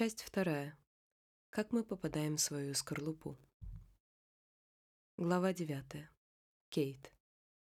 Часть вторая. Как мы попадаем в свою скорлупу. Глава 9. Кейт.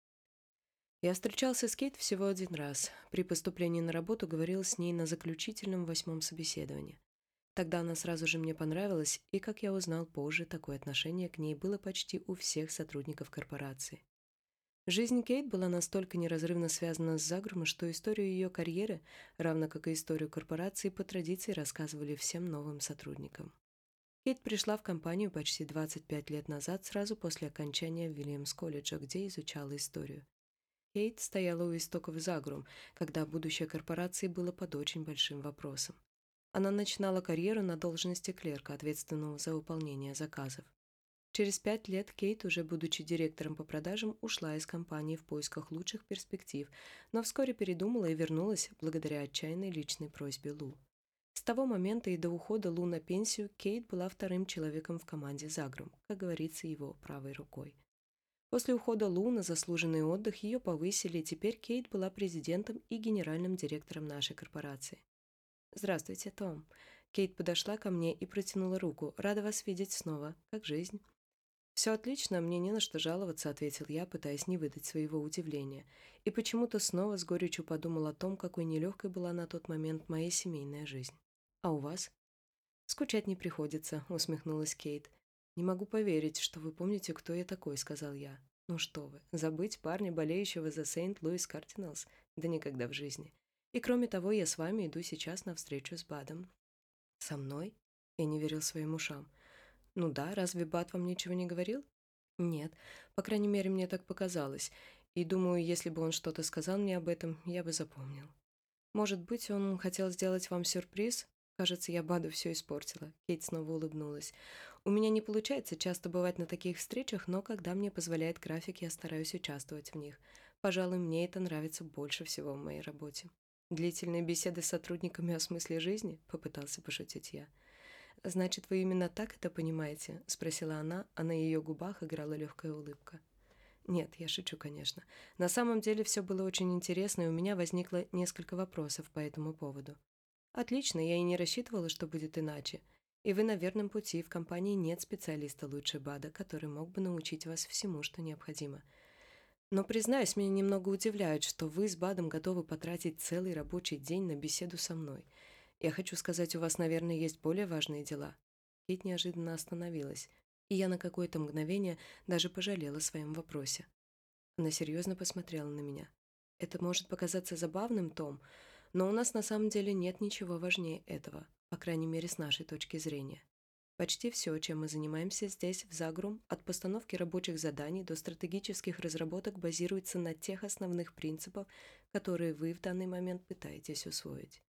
Я встречался с Кейт всего один раз. При поступлении на работу говорил с ней на заключительном 8-м собеседовании. Тогда она сразу же мне понравилась, и, как я узнал позже, такое отношение к ней было почти у всех сотрудников корпорации. Жизнь Кейт была настолько неразрывно связана с Загрумом, что историю ее карьеры, равно как и историю корпорации, по традиции рассказывали всем новым сотрудникам. Кейт пришла в компанию почти 25 лет назад, сразу после окончания Вильямс-колледжа, где изучала историю. Кейт стояла у истоков Загрум, когда будущее корпорации было под очень большим вопросом. Она начинала карьеру на должности клерка, ответственного за выполнение заказов. Через 5 лет Кейт, уже будучи директором по продажам, ушла из компании в поисках лучших перспектив, но вскоре передумала и вернулась благодаря отчаянной личной просьбе Лу. С того момента и до ухода Лу на пенсию Кейт была вторым человеком в команде Загрум, как говорится, его правой рукой. После ухода Лу на заслуженный отдых ее повысили, и теперь Кейт была президентом и генеральным директором нашей корпорации. «Здравствуйте, Том». Кейт подошла ко мне и протянула руку. «Рада вас видеть снова. Как жизнь?» «Все отлично, мне не на что жаловаться», — ответил я, пытаясь не выдать своего удивления. И почему-то снова с горечью подумал о том, какой нелегкой была на тот момент моя семейная жизнь. «А у вас?» «Скучать не приходится», — усмехнулась Кейт. «Не могу поверить, что вы помните, кто я такой», — сказал я. «Ну что вы, забыть парня, болеющего за Сент-Луис Кардиналс? Да никогда в жизни. И кроме того, я с вами иду сейчас на встречу с Бадом». «Со мной?» Я не верил своим ушам. «Ну да, разве Бад вам ничего не говорил?» «Нет, по крайней мере, мне так показалось. И думаю, если бы он что-то сказал мне об этом, я бы запомнил». «Может быть, он хотел сделать вам сюрприз?» Кажется, я Баду все испортила. Кейт снова улыбнулась. «У меня не получается часто бывать на таких встречах, но когда мне позволяет график, я стараюсь участвовать в них. Пожалуй, мне это нравится больше всего в моей работе». «Длительные беседы с сотрудниками о смысле жизни?» — попытался пошутить я. «Значит, вы именно так это понимаете?» — спросила она, а на ее губах играла легкая улыбка. Нет, я шучу, конечно. На самом деле все было очень интересно, и у меня возникло несколько вопросов по этому поводу. Отлично, я и не рассчитывала, что будет иначе. И вы на верном пути, в компании нет специалиста лучше Бада, который мог бы научить вас всему, что необходимо. Но, признаюсь, меня немного удивляет, что вы с Бадом готовы потратить целый рабочий день на беседу со мной. Я хочу сказать, у вас, наверное, есть более важные дела. Кейт неожиданно остановилась, и я на какое-то мгновение даже пожалела о своем вопросе. Она серьезно посмотрела на меня. «Это может показаться забавным, Том, но у нас на самом деле нет ничего важнее этого, по крайней мере, с нашей точки зрения. Почти все, чем мы занимаемся здесь, в Загрум, от постановки рабочих заданий до стратегических разработок, базируется на тех основных принципах, которые вы в данный момент пытаетесь усвоить».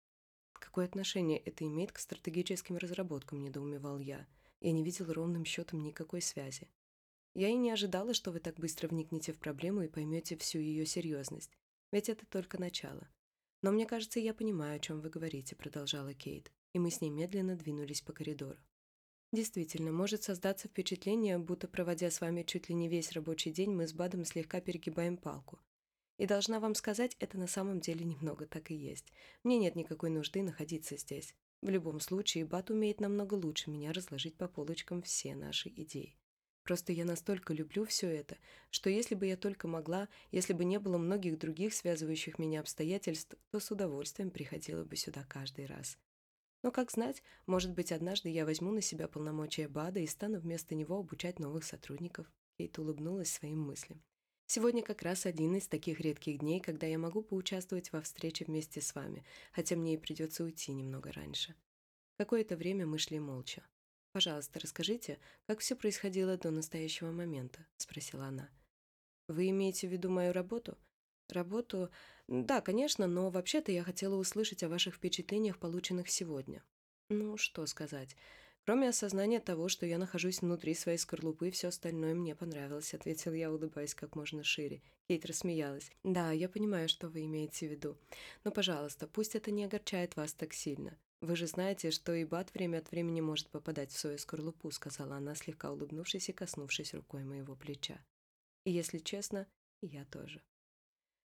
«Какое отношение это имеет к стратегическим разработкам?» – недоумевал я. Я не видел ровным счетом никакой связи. Я и не ожидала, что вы так быстро вникнете в проблему и поймете всю ее серьезность. Ведь это только начало. Но мне кажется, я понимаю, о чем вы говорите, продолжала Кейт, и мы с ней медленно двинулись по коридору. Действительно, может создаться впечатление, будто, проводя с вами чуть ли не весь рабочий день, мы с Бадом слегка перегибаем палку. И должна вам сказать, это на самом деле немного так и есть. Мне нет никакой нужды находиться здесь. В любом случае, Бад умеет намного лучше меня разложить по полочкам все наши идеи. Просто я настолько люблю все это, что если бы я только могла, если бы не было многих других связывающих меня обстоятельств, то с удовольствием приходила бы сюда каждый раз. Но, как знать, может быть, однажды я возьму на себя полномочия Бада и стану вместо него обучать новых сотрудников. Кейт улыбнулась своим мыслям. Сегодня как раз один из таких редких дней, когда я могу поучаствовать во встрече вместе с вами, хотя мне и придется уйти немного раньше. Какое-то время мы шли молча. «Пожалуйста, расскажите, как все происходило до настоящего момента?» – спросила она. «Вы имеете в виду мою работу?» «Работу? Да, конечно, но вообще-то я хотела услышать о ваших впечатлениях, полученных сегодня». «Ну, что сказать. Кроме осознания того, что я нахожусь внутри своей скорлупы, все остальное мне понравилось», — ответил я, улыбаясь как можно шире. Кейт рассмеялась. «Да, я понимаю, что вы имеете в виду. Но, пожалуйста, пусть это не огорчает вас так сильно. Вы же знаете, что и Бат время от времени может попадать в свою скорлупу», — сказала она, слегка улыбнувшись и коснувшись рукой моего плеча. «И если честно, я тоже».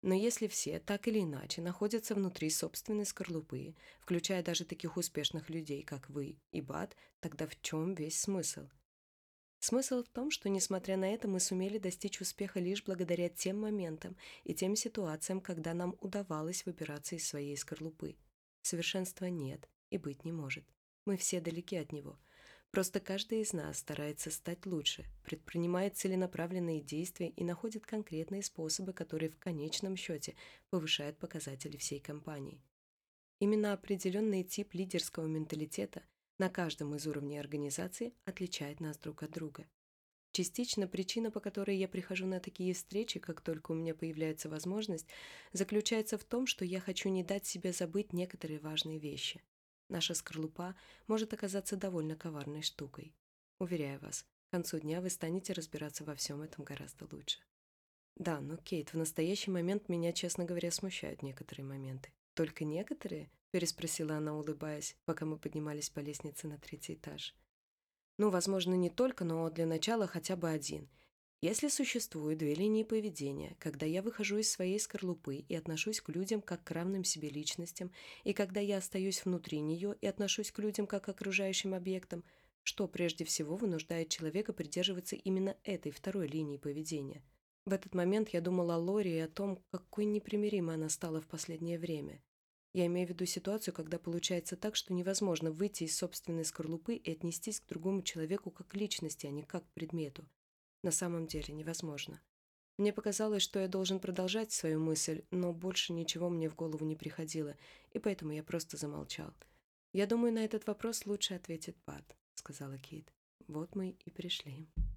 Но если все так или иначе находятся внутри собственной скорлупы, включая даже таких успешных людей, как вы и Бат, тогда в чем весь смысл? Смысл в том, что, несмотря на это, мы сумели достичь успеха лишь благодаря тем моментам и тем ситуациям, когда нам удавалось выбираться из своей скорлупы. Совершенства нет и быть не может. Мы все далеки от него. Просто каждый из нас старается стать лучше, предпринимает целенаправленные действия и находит конкретные способы, которые в конечном счете повышают показатели всей компании. Именно определенный тип лидерского менталитета на каждом из уровней организации отличает нас друг от друга. Частично причина, по которой я прихожу на такие встречи, как только у меня появляется возможность, заключается в том, что я хочу не дать себе забыть некоторые важные вещи. Наша скорлупа может оказаться довольно коварной штукой. Уверяю вас, к концу дня вы станете разбираться во всем этом гораздо лучше. Да, но, Кейт, в настоящий момент меня, честно говоря, смущают некоторые моменты. Только некоторые? Переспросила она, улыбаясь, пока мы поднимались по лестнице на 3-й этаж. Ну, возможно, не только, но для начала хотя бы один. Если существуют две линии поведения, когда я выхожу из своей скорлупы и отношусь к людям как к равным себе личностям, и когда я остаюсь внутри нее и отношусь к людям как к окружающим объектам, что прежде всего вынуждает человека придерживаться именно этой второй линии поведения? В этот момент я думала о Лоре и о том, какой непримиримой она стала в последнее время. Я имею в виду ситуацию, когда получается так, что невозможно выйти из собственной скорлупы и отнестись к другому человеку как к личности, а не как к предмету. На самом деле невозможно. Мне показалось, что я должен продолжать свою мысль, но больше ничего мне в голову не приходило, и поэтому я просто замолчал. «Я думаю, на этот вопрос лучше ответит Бат», — сказала Кейт. «Вот мы и пришли».